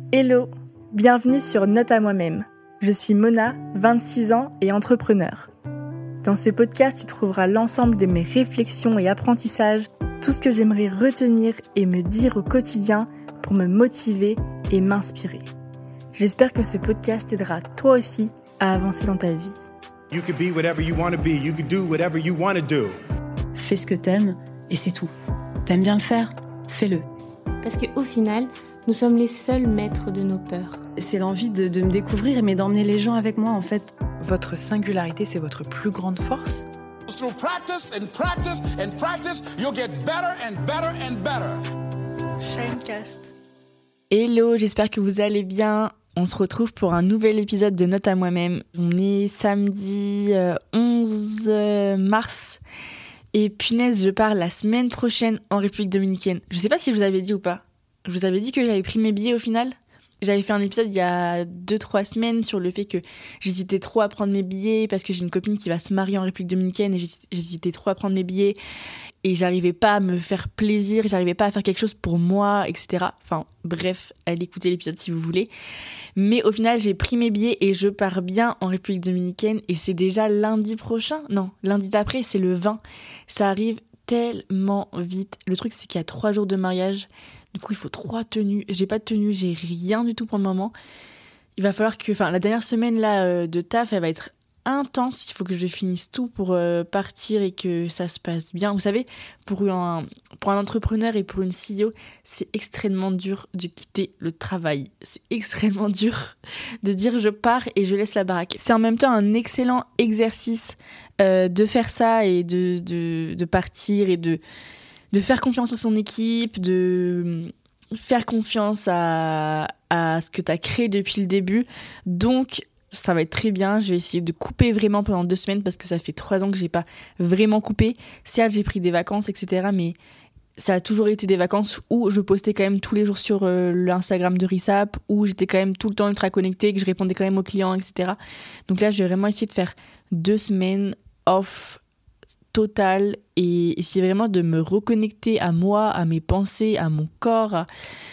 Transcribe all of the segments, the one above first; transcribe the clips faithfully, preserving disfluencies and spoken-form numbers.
Hello, bienvenue sur Note à moi-même. Je suis Mona, vingt-six ans et entrepreneur. Dans ce podcast, tu trouveras l'ensemble de mes réflexions et apprentissages, tout ce que j'aimerais retenir et me dire au quotidien pour me motiver et m'inspirer. J'espère que ce podcast t'aidera toi aussi à avancer dans ta vie. You could be whatever you want to be. You could do whatever you want to do. Fais ce que t'aimes et c'est tout. T'aimes bien le faire ? Fais-le. Parce qu'au final, nous sommes les seuls maîtres de nos peurs. C'est l'envie de, de me découvrir, mais d'emmener les gens avec moi, en fait. Votre singularité, c'est votre plus grande force ? Through practice and practice and practice, you'll get better and better and better. Shinecast. Hello, j'espère que vous allez bien. On se retrouve pour un nouvel épisode de Note à moi-même. On est samedi euh, onze mars. Et punaise, je pars la semaine prochaine en République Dominicaine. Je sais pas si je vous avais dit ou pas. Je vous avais dit que j'avais pris mes billets au final. J'avais fait un épisode il y a deux trois semaines sur le fait que j'hésitais trop à prendre mes billets parce que j'ai une copine qui va se marier en République Dominicaine et j'hésitais trop à prendre mes billets et j'arrivais pas à me faire plaisir, j'arrivais pas à faire quelque chose pour moi, et cetera. Enfin bref, allez écouter l'épisode si vous voulez. Mais au final, j'ai pris mes billets et je pars bien en République Dominicaine et c'est déjà lundi prochain. Non, lundi d'après, c'est le vingt. Ça arrive tellement vite. Le truc, c'est qu'il y a trois jours de mariage. Du coup, il faut trois tenues. J'ai pas de tenue, j'ai rien du tout pour le moment. Il va falloir que... Enfin, la dernière semaine là, euh, de taf, elle va être intense. Il faut que je finisse tout pour euh, partir et que ça se passe bien. Vous savez, pour un, pour un entrepreneur et pour une C E O, c'est extrêmement dur de quitter le travail. C'est extrêmement dur de dire je pars et je laisse la baraque. C'est en même temps un excellent exercice euh, de faire ça et de, de, de partir et de... de faire confiance à son équipe, de faire confiance à, à ce que tu as créé depuis le début. Donc, ça va être très bien. Je vais essayer de couper vraiment pendant deux semaines parce que ça fait trois ans que j'ai pas vraiment coupé. Certes, j'ai pris des vacances, et cetera. Mais ça a toujours été des vacances où je postais quand même tous les jours sur euh, l'Instagram de Risap, où j'étais quand même tout le temps ultra connectée, que je répondais quand même aux clients, et cetera. Donc là, je vais vraiment essayer de faire deux semaines off total et essayer vraiment de me reconnecter à moi, à mes pensées, à mon corps. À...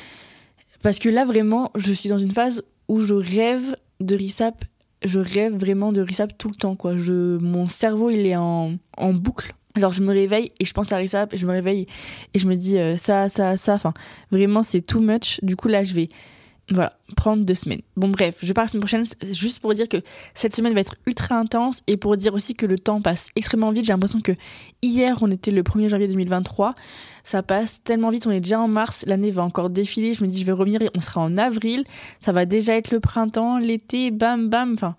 Parce que là, vraiment, je suis dans une phase où je rêve de Risap. Je rêve vraiment de Risap tout le temps, quoi. Je... Mon cerveau, il est en, en boucle. Alors, je me réveille et je pense à Risap. Je me réveille et je me dis euh, ça, ça, ça. Enfin, vraiment, c'est too much. Du coup, là, je vais... Voilà, prendre deux semaines. Bon bref, je pars la semaine prochaine, c'est juste pour dire que cette semaine va être ultra intense et pour dire aussi que le temps passe extrêmement vite. J'ai l'impression que hier, on était le premier janvier deux mille vingt-trois. Ça passe tellement vite, on est déjà en mars, l'année va encore défiler. Je me dis, je vais revenir et on sera en avril. Ça va déjà être le printemps, l'été, bam bam. Enfin,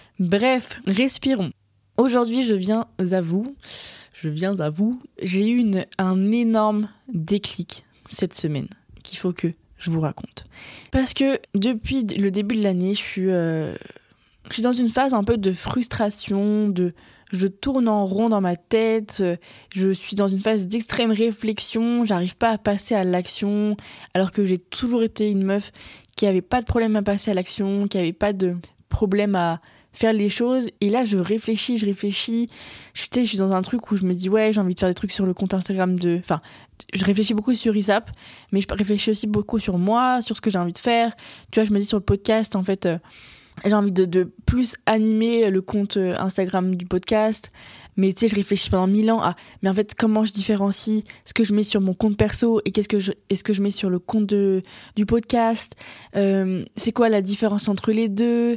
bref, respirons. Aujourd'hui, je viens à vous, je viens à vous. J'ai eu une, un énorme déclic cette semaine qu'il faut que je vous raconte. Parce que depuis le début de l'année, je suis, euh, je suis dans une phase un peu de frustration, de je tourne en rond dans ma tête, je suis dans une phase d'extrême réflexion, j'arrive pas à passer à l'action, alors que j'ai toujours été une meuf qui avait pas de problème à passer à l'action, qui avait pas de problème à faire les choses. Et là, je réfléchis, je réfléchis. Je, tu sais, je suis dans un truc où je me dis, ouais, j'ai envie de faire des trucs sur le compte Instagram de... Enfin, je réfléchis beaucoup sur Risap, mais je réfléchis aussi beaucoup sur moi, sur ce que j'ai envie de faire. Tu vois, je me dis sur le podcast, en fait, euh, j'ai envie de, de plus animer le compte Instagram du podcast. Mais tu sais, je réfléchis pendant mille ans à, mais en fait, comment je différencie ce que je mets sur mon compte perso et qu'est-ce que je, est-ce que je mets sur le compte de, du podcast, euh, c'est quoi la différence entre les deux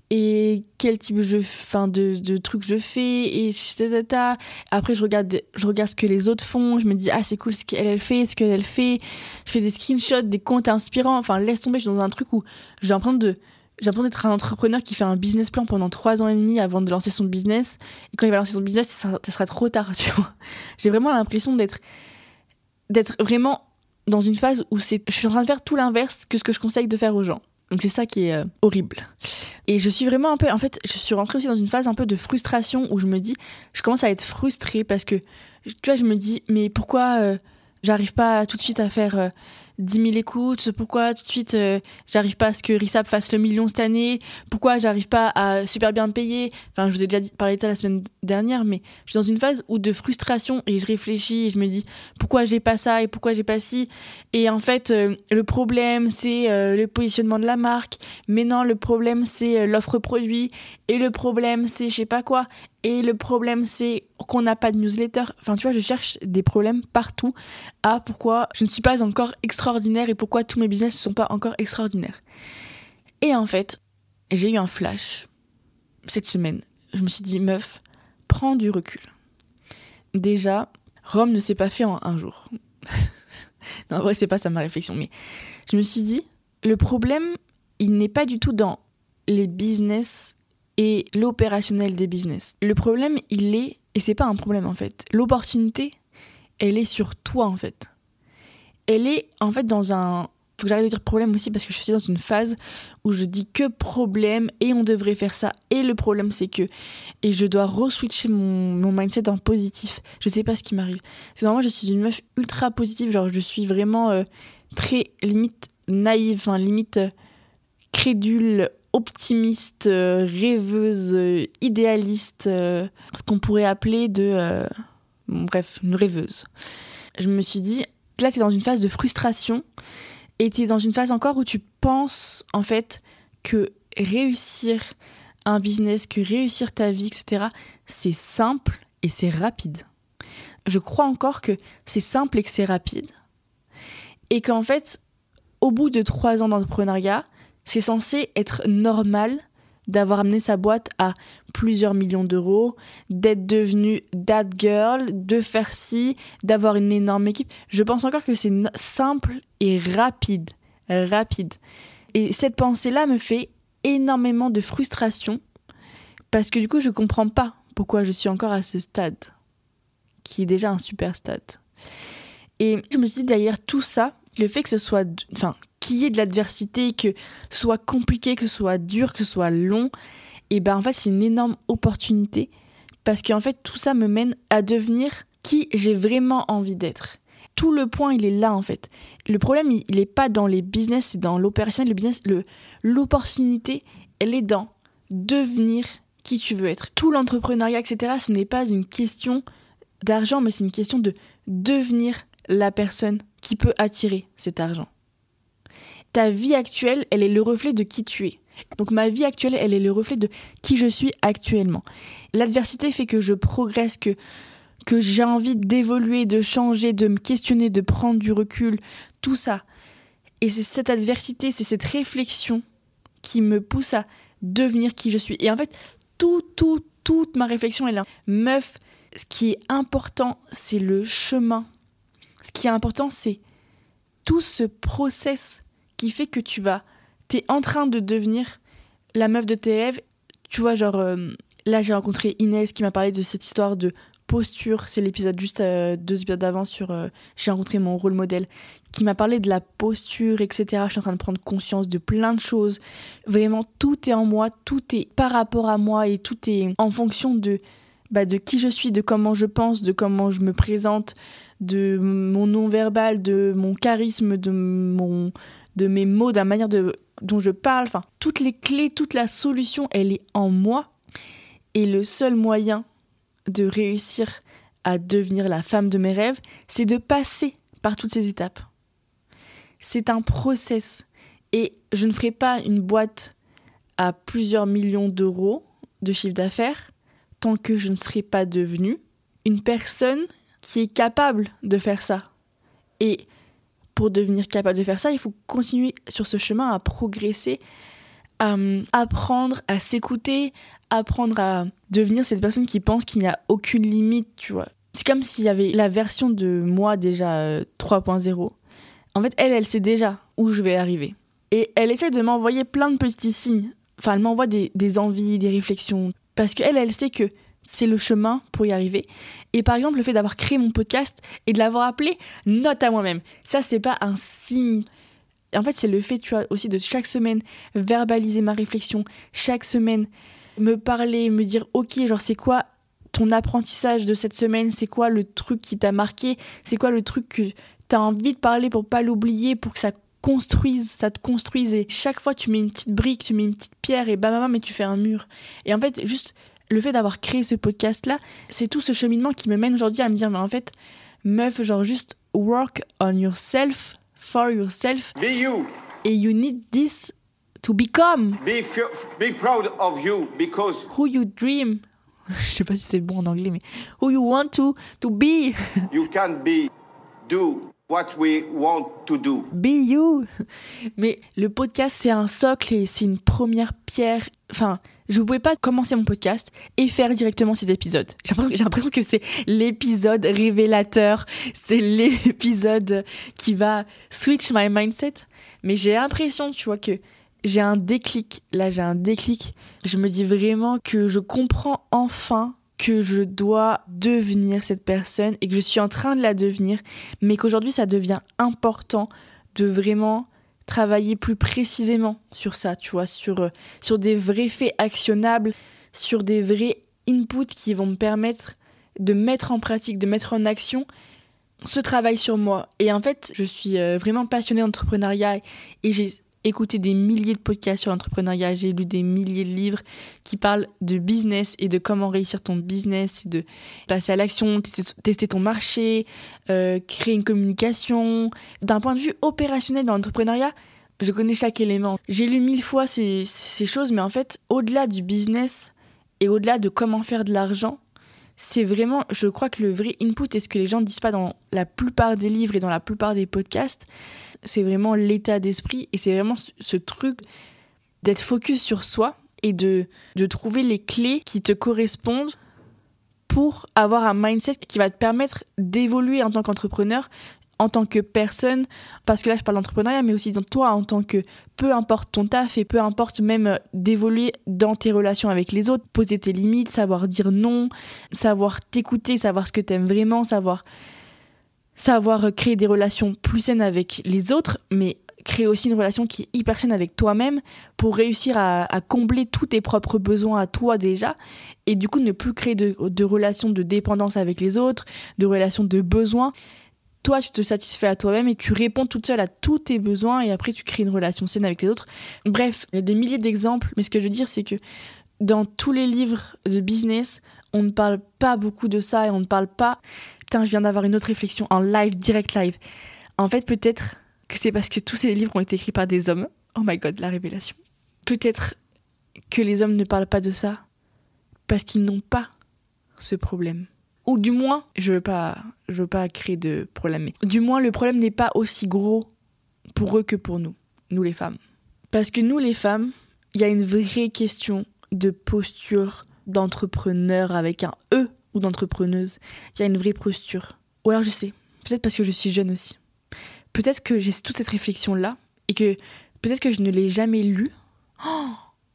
et quel type de, fin, de, de trucs je fais et tata. Après, je regarde, je regarde ce que les autres font, je me dis, ah, c'est cool ce qu'elle elle fait, ce qu'elle elle fait. Je fais des screenshots, des comptes inspirants. Enfin, laisse tomber, je suis dans un truc où j'ai l'impression de... J'ai l'impression d'être un entrepreneur qui fait un business plan pendant trois ans et demi avant de lancer son business. Et quand il va lancer son business, ça sera, ça sera trop tard, tu vois. J'ai vraiment l'impression d'être, d'être vraiment dans une phase où c'est, je suis en train de faire tout l'inverse que ce que je conseille de faire aux gens. Donc c'est ça qui est euh, horrible. Et je suis vraiment un peu... En fait, je suis rentrée aussi dans une phase un peu de frustration où je me dis... Je commence à être frustrée parce que, tu vois, je me dis, mais pourquoi... Euh, j'arrive pas tout de suite à faire euh, dix mille écoutes, pourquoi tout de suite euh, j'arrive pas à ce que Rissab fasse le million cette année, pourquoi j'arrive pas à super bien me payer. Enfin, je vous ai déjà dit, parlé de ça la semaine dernière, mais je suis dans une phase où de frustration et je réfléchis et je me dis pourquoi j'ai pas ça et pourquoi j'ai pas ci. Et en fait, euh, le problème c'est euh, le positionnement de la marque, mais non, le problème c'est euh, l'offre produit, et le problème c'est je sais pas quoi, et le problème c'est qu'on n'a pas de newsletter. Enfin, tu vois, je cherche des problèmes partout à pourquoi je ne suis pas encore extraordinaire et pourquoi tous mes business ne sont pas encore extraordinaires. Et en fait, j'ai eu un flash cette semaine. Je me suis dit, meuf, prends du recul. Déjà, Rome ne s'est pas fait en un jour. Non, en vrai, c'est pas ça ma réflexion, mais je me suis dit, le problème, il n'est pas du tout dans les business et l'opérationnel des business. Le problème, il est, et c'est pas un problème en fait, l'opportunité, elle est sur toi en fait. Elle est en fait dans un... Faut que j'arrête de dire problème aussi parce que je suis dans une phase où je dis que problème et on devrait faire ça et le problème c'est que... Et je dois re-switcher mon, mon mindset en positif. Je sais pas ce qui m'arrive. C'est vraiment, je suis une meuf ultra positive, genre je suis vraiment euh, très limite naïve, enfin limite euh, crédule, optimiste, euh, rêveuse, euh, idéaliste, euh, ce qu'on pourrait appeler de... Euh, bon, bref, une rêveuse. Je me suis dit, là t'es dans une phase de frustration et t'es dans une phase encore où tu penses en fait que réussir un business, que réussir ta vie, et cetera, c'est simple et c'est rapide. Je crois encore que c'est simple et que c'est rapide et qu'en fait, au bout de trois ans d'entrepreneuriat, c'est censé être normal d'avoir amené sa boîte à plusieurs millions d'euros, d'être devenue that girl, de faire ci, d'avoir une énorme équipe. Je pense encore que c'est no- simple et rapide. Rapide. Et cette pensée-là me fait énormément de frustration parce que du coup, je comprends pas pourquoi je suis encore à ce stade, qui est déjà un super stade. Et je me suis dit, derrière tout ça, le fait que ce soit... Enfin, qu'il y ait de l'adversité, que ce soit compliqué, que ce soit dur, que ce soit long, et ben en fait c'est une énorme opportunité parce qu'en fait tout ça me mène à devenir qui j'ai vraiment envie d'être. Tout le point il est là en fait. Le problème il est pas dans les business, c'est dans l'opérationnel. Le business, le, l'opportunité elle est dans devenir qui tu veux être. Tout l'entrepreneuriat et cetera ce n'est pas une question d'argent mais c'est une question de devenir la personne qui peut attirer cet argent. Ta vie actuelle, elle est le reflet de qui tu es. Donc ma vie actuelle, elle est le reflet de qui je suis actuellement. L'adversité fait que je progresse, que, que j'ai envie d'évoluer, de changer, de me questionner, de prendre du recul, tout ça. Et c'est cette adversité, c'est cette réflexion qui me pousse à devenir qui je suis. Et en fait, tout, tout, toute ma réflexion est là. Meuf, ce qui est important, c'est le chemin. Ce qui est important, c'est tout ce process qui fait que tu vas, t'es en train de devenir la meuf de tes rêves. Tu vois, genre, euh, là, j'ai rencontré Inès qui m'a parlé de cette histoire de posture. C'est l'épisode juste euh, deux épisodes d'avant sur euh, j'ai rencontré mon rôle modèle, qui m'a parlé de la posture, et cetera. Je suis en train de prendre conscience de plein de choses. Vraiment, tout est en moi, tout est par rapport à moi et tout est en fonction de, bah, de qui je suis, de comment je pense, de comment je me présente, de mon non-verbal, de mon charisme, de mon... de mes mots, de la manière de, dont je parle, enfin, toutes les clés, toute la solution, elle est en moi. Et le seul moyen de réussir à devenir la femme de mes rêves, c'est de passer par toutes ces étapes. C'est un process. Et je ne ferai pas une boîte à plusieurs millions d'euros de chiffre d'affaires tant que je ne serai pas devenue une personne qui est capable de faire ça. Et pour devenir capable de faire ça, il faut continuer sur ce chemin à progresser, à apprendre à s'écouter, apprendre à devenir cette personne qui pense qu'il n'y a aucune limite, tu vois. C'est comme s'il y avait la version de moi déjà euh, trois point zéro. En fait, elle, elle sait déjà où je vais arriver. Et elle essaie de m'envoyer plein de petits signes. Enfin, elle m'envoie des, des envies, des réflexions. Parce qu'elle, elle sait que c'est le chemin pour y arriver. Et par exemple, le fait d'avoir créé mon podcast et de l'avoir appelé « Note à moi-même », ça, c'est pas un signe. En fait, c'est le fait, tu vois, aussi de chaque semaine verbaliser ma réflexion, chaque semaine me parler, me dire « Ok, genre, c'est quoi ton apprentissage de cette semaine ? C'est quoi le truc qui t'a marqué ? C'est quoi le truc que t'as envie de parler pour pas l'oublier, pour que ça construise, ça te construise. Et chaque fois, tu mets une petite brique, tu mets une petite pierre et bam, bam, bam, et tu fais un mur. Et en fait, juste le fait d'avoir créé ce podcast-là, c'est tout ce cheminement qui me mène aujourd'hui à me dire, mais en fait, meuf, genre juste work on yourself, for yourself. Be you. Et you need this to become. Be, f- be proud of you because Who you dream. Je sais pas si c'est bon en anglais, mais who you want to, to be. you can be, do what we want to do. Be you. Mais le podcast, c'est un socle et c'est une première pierre. Enfin, je ne pouvais pas commencer mon podcast et faire directement ces épisodes. J'ai l'impression, j'ai l'impression que c'est l'épisode révélateur. C'est l'épisode qui va switch my mindset. Mais j'ai l'impression, tu vois, que j'ai un déclic. Là, j'ai un déclic. Je me dis vraiment que je comprends enfin que je dois devenir cette personne et que je suis en train de la devenir, mais qu'aujourd'hui, ça devient important de vraiment travailler plus précisément sur ça, tu vois, sur, sur des vrais faits actionnables, sur des vrais inputs qui vont me permettre de mettre en pratique, de mettre en action ce travail sur moi. Et en fait, je suis vraiment passionnée d'entrepreneuriat et j'ai écouté des milliers de podcasts sur l'entrepreneuriat, j'ai lu des milliers de livres qui parlent de business et de comment réussir ton business, et de passer à l'action, tester, tester ton marché, euh, créer une communication. D'un point de vue opérationnel dans l'entrepreneuriat, je connais chaque élément. J'ai lu mille fois ces, ces choses, mais en fait, au-delà du business et au-delà de comment faire de l'argent, c'est vraiment, je crois que le vrai input et ce que les gens ne disent pas dans la plupart des livres et dans la plupart des podcasts, c'est vraiment l'état d'esprit et c'est vraiment ce, ce truc d'être focus sur soi et de, de trouver les clés qui te correspondent pour avoir un mindset qui va te permettre d'évoluer en tant qu'entrepreneur, en tant que personne, parce que là je parle d'entrepreneuriat, mais aussi dans toi en tant que, peu importe ton taf et peu importe même d'évoluer dans tes relations avec les autres, poser tes limites, savoir dire non, savoir t'écouter, savoir ce que t'aimes vraiment, savoir... savoir créer des relations plus saines avec les autres, mais créer aussi une relation qui est hyper saine avec toi-même pour réussir à, à combler tous tes propres besoins à toi déjà, et du coup ne plus créer de, de relations de dépendance avec les autres, de relations de besoins. Toi, tu te satisfais à toi-même et tu réponds toute seule à tous tes besoins et après tu crées une relation saine avec les autres. Bref, il y a des milliers d'exemples, mais ce que je veux dire, c'est que dans tous les livres de business, on ne parle pas beaucoup de ça et on ne parle pas... Putain, je viens d'avoir une autre réflexion en live, direct live. En fait, peut-être que c'est parce que tous ces livres ont été écrits par des hommes. Oh my god, la révélation. Peut-être que les hommes ne parlent pas de ça parce qu'ils n'ont pas ce problème. Ou du moins, je veux pas, je veux pas créer de problème, mais du moins le problème n'est pas aussi gros pour eux que pour nous, nous les femmes. Parce que nous les femmes, il y a une vraie question de posture d'entrepreneur avec un E ou d'entrepreneuse. Il y a une vraie posture. Ou alors je sais, peut-être parce que je suis jeune aussi. Peut-être que j'ai toute cette réflexion-là et que peut-être que je ne l'ai jamais lue. Oh,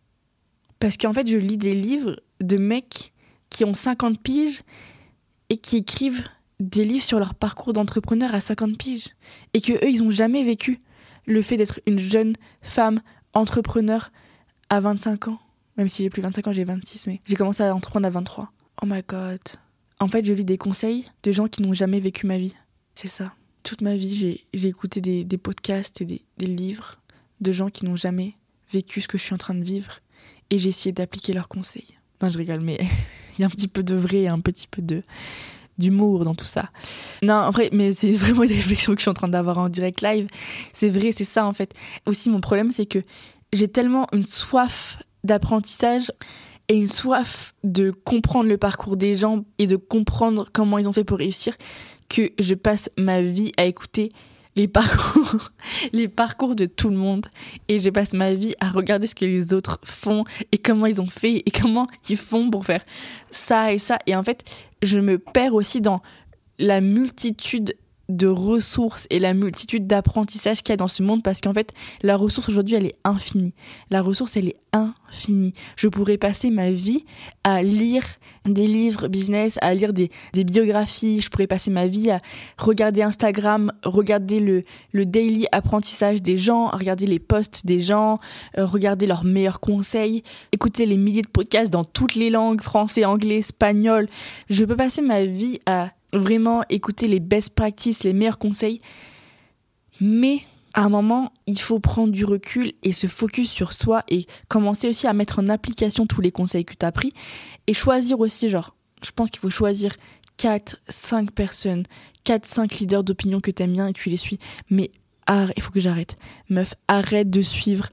parce qu'en fait, je lis des livres de mecs qui ont cinquante piges et qui écrivent des livres sur leur parcours d'entrepreneur à cinquante piges. Et que eux, ils n'ont jamais vécu le fait d'être une jeune femme entrepreneur à vingt-cinq ans. Même si j'ai plus vingt-cinq ans, j'ai vingt-six, mais j'ai commencé à entreprendre à vingt-trois. Oh my god. En fait, je lis des conseils de gens qui n'ont jamais vécu ma vie. C'est ça. Toute ma vie, j'ai, j'ai écouté des, des podcasts et des, des livres de gens qui n'ont jamais vécu ce que je suis en train de vivre. Et j'ai essayé d'appliquer leurs conseils. Non, je rigole, mais il y a un petit peu de vrai et un petit peu de, d'humour dans tout ça. Non, en vrai, mais c'est vraiment une réflexion que je suis en train d'avoir en direct live. C'est vrai, c'est ça en fait. Aussi, mon problème, c'est que j'ai tellement une soif d'apprentissage et une soif de comprendre le parcours des gens et de comprendre comment ils ont fait pour réussir que je passe ma vie à écouter les parcours, les parcours de tout le monde et je passe ma vie à regarder ce que les autres font et comment ils ont fait et comment ils font pour faire ça et ça. Et en fait, je me perds aussi dans la multitude de ressources et la multitude d'apprentissages qu'il y a dans ce monde parce qu'en fait, la ressource aujourd'hui, elle est infinie. La ressource, elle est infinie. Je pourrais passer ma vie à lire des livres business, à lire des, des biographies. Je pourrais passer ma vie à regarder Instagram, regarder le, le daily apprentissage des gens, à regarder les posts des gens, euh, regarder leurs meilleurs conseils, écouter les milliers de podcasts dans toutes les langues, français, anglais, espagnol. Je peux passer ma vie à vraiment écouter les best practices, les meilleurs conseils. Mais à un moment, il faut prendre du recul et se focus sur soi et commencer aussi à mettre en application tous les conseils que tu as pris et choisir aussi, genre, je pense qu'il faut choisir quatre, cinq personnes, quatre, cinq leaders d'opinion que tu aimes bien et tu les suis. Mais arrête, il faut que j'arrête. Meuf, arrête de suivre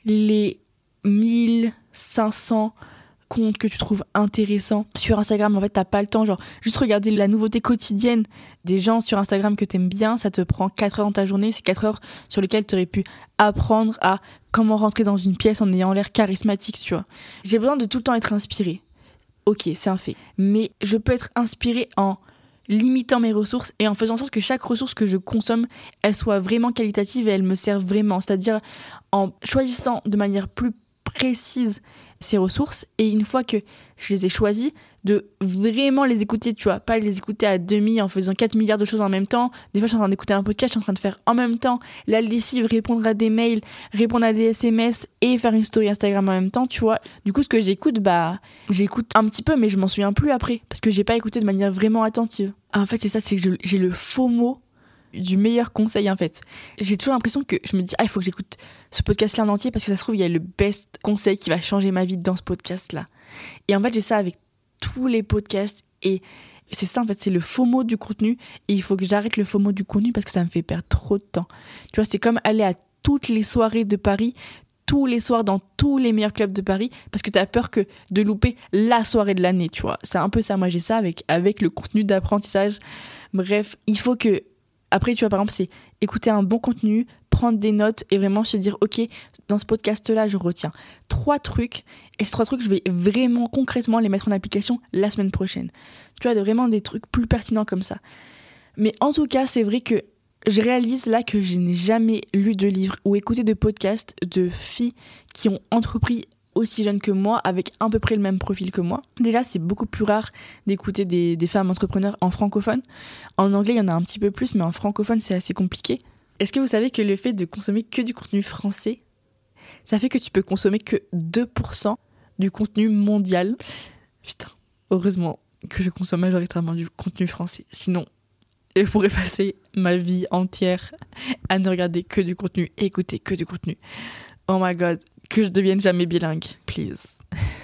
les mille cinq cents comptes que tu trouves intéressants sur Instagram. En fait, t'as pas le temps, genre juste regarder la nouveauté quotidienne des gens sur Instagram que t'aimes bien, ça te prend quatre heures dans ta journée, c'est quatre heures sur lesquelles t'aurais pu apprendre à comment rentrer dans une pièce en ayant l'air charismatique, tu vois. J'ai besoin de tout le temps être inspirée. Ok, c'est un fait. Mais je peux être inspirée en limitant mes ressources et en faisant en sorte que chaque ressource que je consomme, elle soit vraiment qualitative et elle me serve vraiment. C'est-à-dire en choisissant de manière plus précise ces ressources et une fois que je les ai choisies, de vraiment les écouter, tu vois, pas les écouter à demi en faisant quatre milliards de choses en même temps. Des fois, je suis en train d'écouter un podcast, je suis en train de faire en même temps la lessive, répondre à des mails, répondre à des S M S et faire une story Instagram en même temps, tu vois. Du coup, ce que j'écoute, bah, j'écoute un petit peu, mais je m'en souviens plus après parce que j'ai pas écouté de manière vraiment attentive. En fait, c'est ça, c'est que je, j'ai le FOMO du meilleur conseil, en fait. J'ai toujours l'impression que je me dis, ah, il faut que j'écoute ce podcast-là en entier parce que ça se trouve, il y a le best conseil qui va changer ma vie dans ce podcast-là. Et en fait, j'ai ça avec tous les podcasts et c'est ça, en fait, c'est le FOMO du contenu et il faut que j'arrête le FOMO du contenu parce que ça me fait perdre trop de temps. Tu vois, c'est comme aller à toutes les soirées de Paris, tous les soirs dans tous les meilleurs clubs de Paris parce que t'as peur que de louper la soirée de l'année, tu vois. C'est un peu ça, moi j'ai ça avec, avec le contenu d'apprentissage. Bref, il faut que après, tu vois, par exemple, c'est écouter un bon contenu, prendre des notes et vraiment se dire, ok, dans ce podcast-là, je retiens trois trucs et ces trois trucs, je vais vraiment concrètement les mettre en application la semaine prochaine. Tu vois, vraiment des trucs plus pertinents comme ça. Mais en tout cas, c'est vrai que je réalise là que je n'ai jamais lu de livre ou écouté de podcast de filles qui ont entrepris aussi jeunes que moi, avec à peu près le même profil que moi. Déjà, c'est beaucoup plus rare d'écouter des, des femmes entrepreneurs en francophone. En anglais, il y en a un petit peu plus, mais en francophone, c'est assez compliqué. Est-ce que vous savez que le fait de consommer que du contenu français, ça fait que tu peux consommer que deux pour cent du contenu mondial? Putain, heureusement que je consomme majoritairement du contenu français. Sinon, je pourrais passer ma vie entière à ne regarder que du contenu et écouter que du contenu. Oh my god, que je devienne jamais bilingue, please.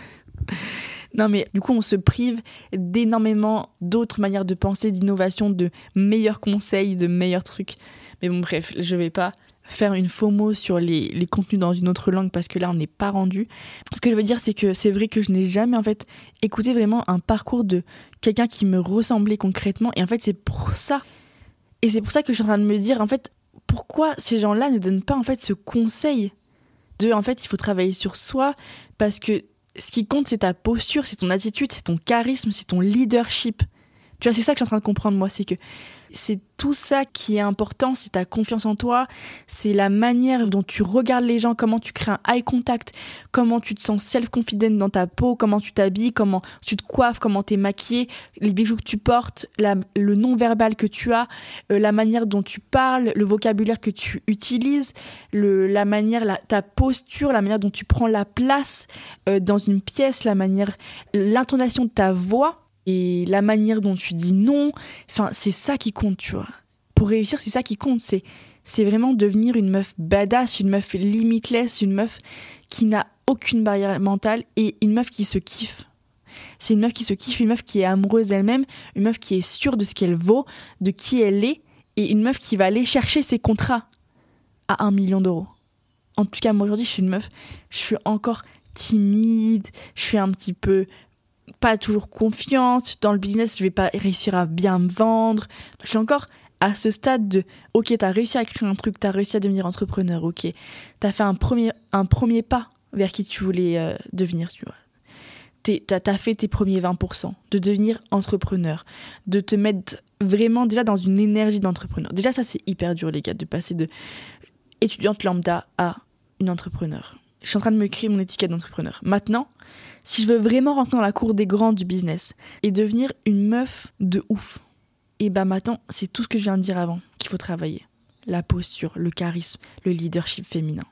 Non mais du coup on se prive d'énormément d'autres manières de penser, d'innovation, de meilleurs conseils, de meilleurs trucs. Mais bon bref, je vais pas faire une FOMO sur les, les contenus dans une autre langue parce que là on n'est pas rendu. Ce que je veux dire c'est que c'est vrai que je n'ai jamais en fait écouté vraiment un parcours de quelqu'un qui me ressemblait concrètement et en fait c'est pour ça. Et c'est pour ça que je suis en train de me dire en fait pourquoi ces gens-là ne donnent pas en fait ce conseil de en fait il faut travailler sur soi parce que ce qui compte c'est ta posture, c'est ton attitude, c'est ton charisme, c'est ton leadership. Tu vois, c'est ça que je suis en train de comprendre moi, c'est que c'est tout ça qui est important, c'est ta confiance en toi, c'est la manière dont tu regardes les gens, comment tu crées un eye contact, comment tu te sens self-confident dans ta peau, comment tu t'habilles, comment tu te coiffes, comment t'es maquillée, les bijoux que tu portes, la, le non-verbal que tu as, euh, la manière dont tu parles, le vocabulaire que tu utilises, le, la manière, la, ta posture, la manière dont tu prends la place euh, dans une pièce, la manière, l'intonation de ta voix. Et la manière dont tu dis non, enfin, c'est ça qui compte, tu vois. Pour réussir, c'est ça qui compte. C'est, c'est vraiment devenir une meuf badass, une meuf limitless, une meuf qui n'a aucune barrière mentale et une meuf qui se kiffe. C'est une meuf qui se kiffe, une meuf qui est amoureuse d'elle-même, une meuf qui est sûre de ce qu'elle vaut, de qui elle est, et une meuf qui va aller chercher ses contrats à un million d'euros. En tout cas, moi aujourd'hui, je suis une meuf, je suis encore timide, je suis un petit peu... pas toujours confiante dans le business, je vais pas réussir à bien me vendre. Je suis encore à ce stade de ok, t'as réussi à créer un truc, t'as réussi à devenir entrepreneur, ok, t'as fait un premier, un premier pas vers qui tu voulais euh, devenir, tu vois. T'es, t'as, t'as fait tes premiers vingt pour cent de devenir entrepreneur, de te mettre vraiment déjà dans une énergie d'entrepreneur. Déjà ça c'est hyper dur les gars, de passer de étudiante lambda à une entrepreneur. Je suis en train de me créer mon étiquette d'entrepreneur. Maintenant, si je veux vraiment rentrer dans la cour des grands du business et devenir une meuf de ouf, et bah maintenant, c'est tout ce que je viens de dire avant qu'il faut travailler. La posture, le charisme, le leadership féminin.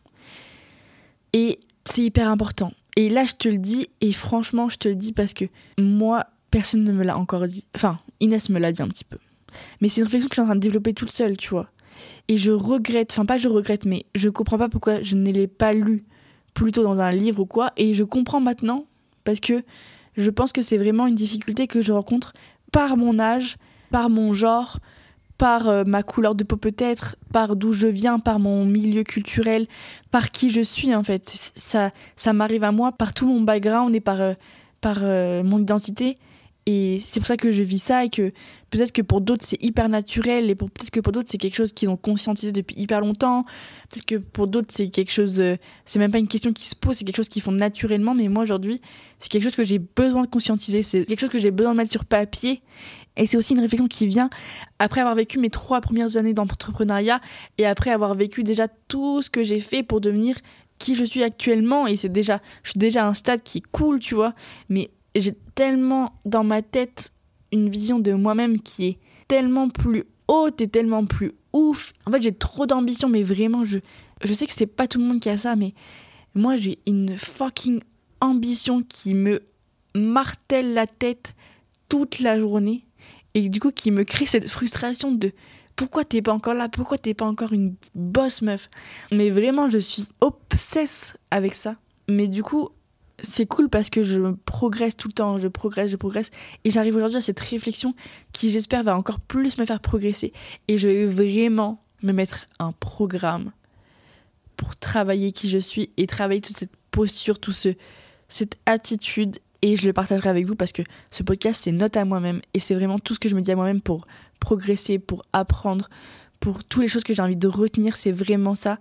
Et c'est hyper important. Et là, je te le dis, et franchement, je te le dis parce que moi, personne ne me l'a encore dit. Enfin, Inès me l'a dit un petit peu. Mais c'est une réflexion que je suis en train de développer toute seule, tu vois. Et je regrette, enfin pas je regrette, mais je comprends pas pourquoi je ne l'ai pas lu plus tôt dans un livre ou quoi. Et je comprends maintenant, parce que je pense que c'est vraiment une difficulté que je rencontre par mon âge, par mon genre, par euh, ma couleur de peau peut-être, par d'où je viens, par mon milieu culturel, par qui je suis en fait. Ça, ça m'arrive à moi par tout mon background et par, euh, par euh, mon identité. Et c'est pour ça que je vis ça et que peut-être que pour d'autres c'est hyper naturel et pour, peut-être que pour d'autres c'est quelque chose qu'ils ont conscientisé depuis hyper longtemps. Peut-être que pour d'autres c'est quelque chose, euh, c'est même pas une question qui se pose, c'est quelque chose qu'ils font naturellement. Mais moi aujourd'hui c'est quelque chose que j'ai besoin de conscientiser, c'est quelque chose que j'ai besoin de mettre sur papier. Et c'est aussi une réflexion qui vient après avoir vécu mes trois premières années d'entrepreneuriat et après avoir vécu déjà tout ce que j'ai fait pour devenir qui je suis actuellement. Et c'est déjà, je suis déjà à un stade qui est cool, tu vois. Mais j'ai tellement dans ma tête une vision de moi-même qui est tellement plus haute et tellement plus ouf. En fait, j'ai trop d'ambition, mais vraiment, je, je sais que c'est pas tout le monde qui a ça, mais moi, j'ai une fucking ambition qui me martèle la tête toute la journée et du coup, qui me crée cette frustration de pourquoi t'es pas encore là, pourquoi t'es pas encore une boss meuf. Mais vraiment, je suis obsesse avec ça. Mais du coup, c'est cool parce que je progresse tout le temps, je progresse, je progresse. Et j'arrive aujourd'hui à cette réflexion qui, j'espère, va encore plus me faire progresser. Et je vais vraiment me mettre un programme pour travailler qui je suis et travailler toute cette posture, toute ce, cette attitude. Et je le partagerai avec vous parce que ce podcast, c'est note à moi-même. Et c'est vraiment tout ce que je me dis à moi-même pour progresser, pour apprendre, pour toutes les choses que j'ai envie de retenir. C'est vraiment ça.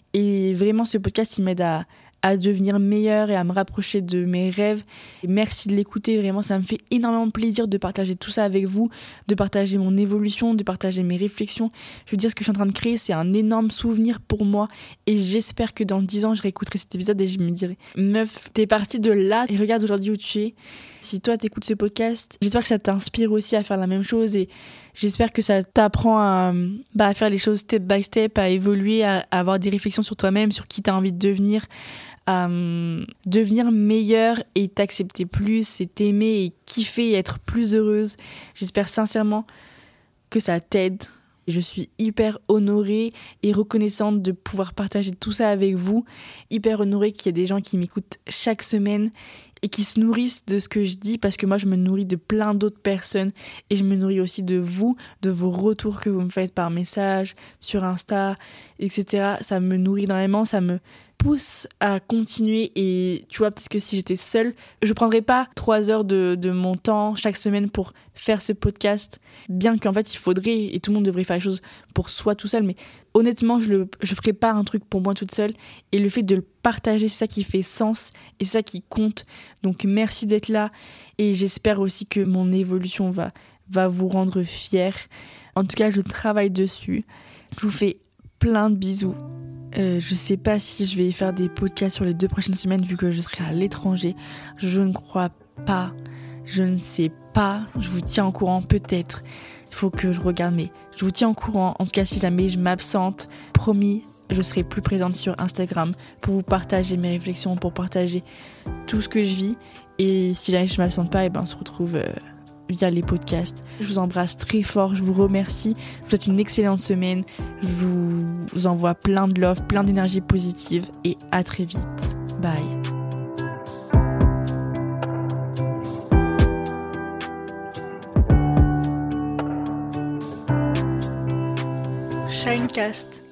Et vraiment, ce podcast, il m'aide à... à devenir meilleure et à me rapprocher de mes rêves. Et merci de l'écouter, vraiment ça me fait énormément plaisir de partager tout ça avec vous, de partager mon évolution, de partager mes réflexions. Je veux dire, ce que je suis en train de créer, c'est un énorme souvenir pour moi et j'espère que dans dix ans, je réécouterai cet épisode et je me dirai meuf, t'es partie de là et regarde aujourd'hui où tu es. Si toi t'écoutes ce podcast, j'espère que ça t'inspire aussi à faire la même chose et j'espère que ça t'apprend à, bah, à faire les choses step by step, à évoluer, à, à avoir des réflexions sur toi-même, sur qui t'as envie de devenir, à euh, devenir meilleure et t'accepter plus et t'aimer et kiffer et être plus heureuse. J'espère sincèrement que ça t'aide. Je suis hyper honorée et reconnaissante de pouvoir partager tout ça avec vous. Hyper honorée qu'il y ait des gens qui m'écoutent chaque semaine et qui se nourrissent de ce que je dis parce que moi je me nourris de plein d'autres personnes et je me nourris aussi de vous, de vos retours que vous me faites par message, sur Insta, et cetera. Ça me nourrit énormément, ça me pousse à continuer et tu vois, peut-être que si j'étais seule, je prendrais pas trois heures de, de mon temps chaque semaine pour faire ce podcast, bien qu'en fait il faudrait et tout le monde devrait faire les choses pour soi tout seul, mais honnêtement je le je ferais pas un truc pour moi toute seule et le fait de le partager, c'est ça qui fait sens et c'est ça qui compte. Donc merci d'être là et j'espère aussi que mon évolution va, va vous rendre fiers. En tout cas, je travaille dessus. Je vous fais plein de bisous. Euh, je sais pas si je vais faire des podcasts sur les deux prochaines semaines vu que je serai à l'étranger. Je ne crois pas. Je ne sais pas. Je vous tiens au courant peut-être. Il faut que je regarde, mais je vous tiens au courant. En tout cas, si jamais je m'absente, promis, je serai plus présente sur Instagram pour vous partager mes réflexions, pour partager tout ce que je vis. Et si jamais je ne m'absente pas, et ben on se retrouve euh, via les podcasts. Je vous embrasse très fort, je vous remercie. Je vous souhaite une excellente semaine. Je vous envoie plein de love, plein d'énergie positive et à très vite. Bye. Shinecast.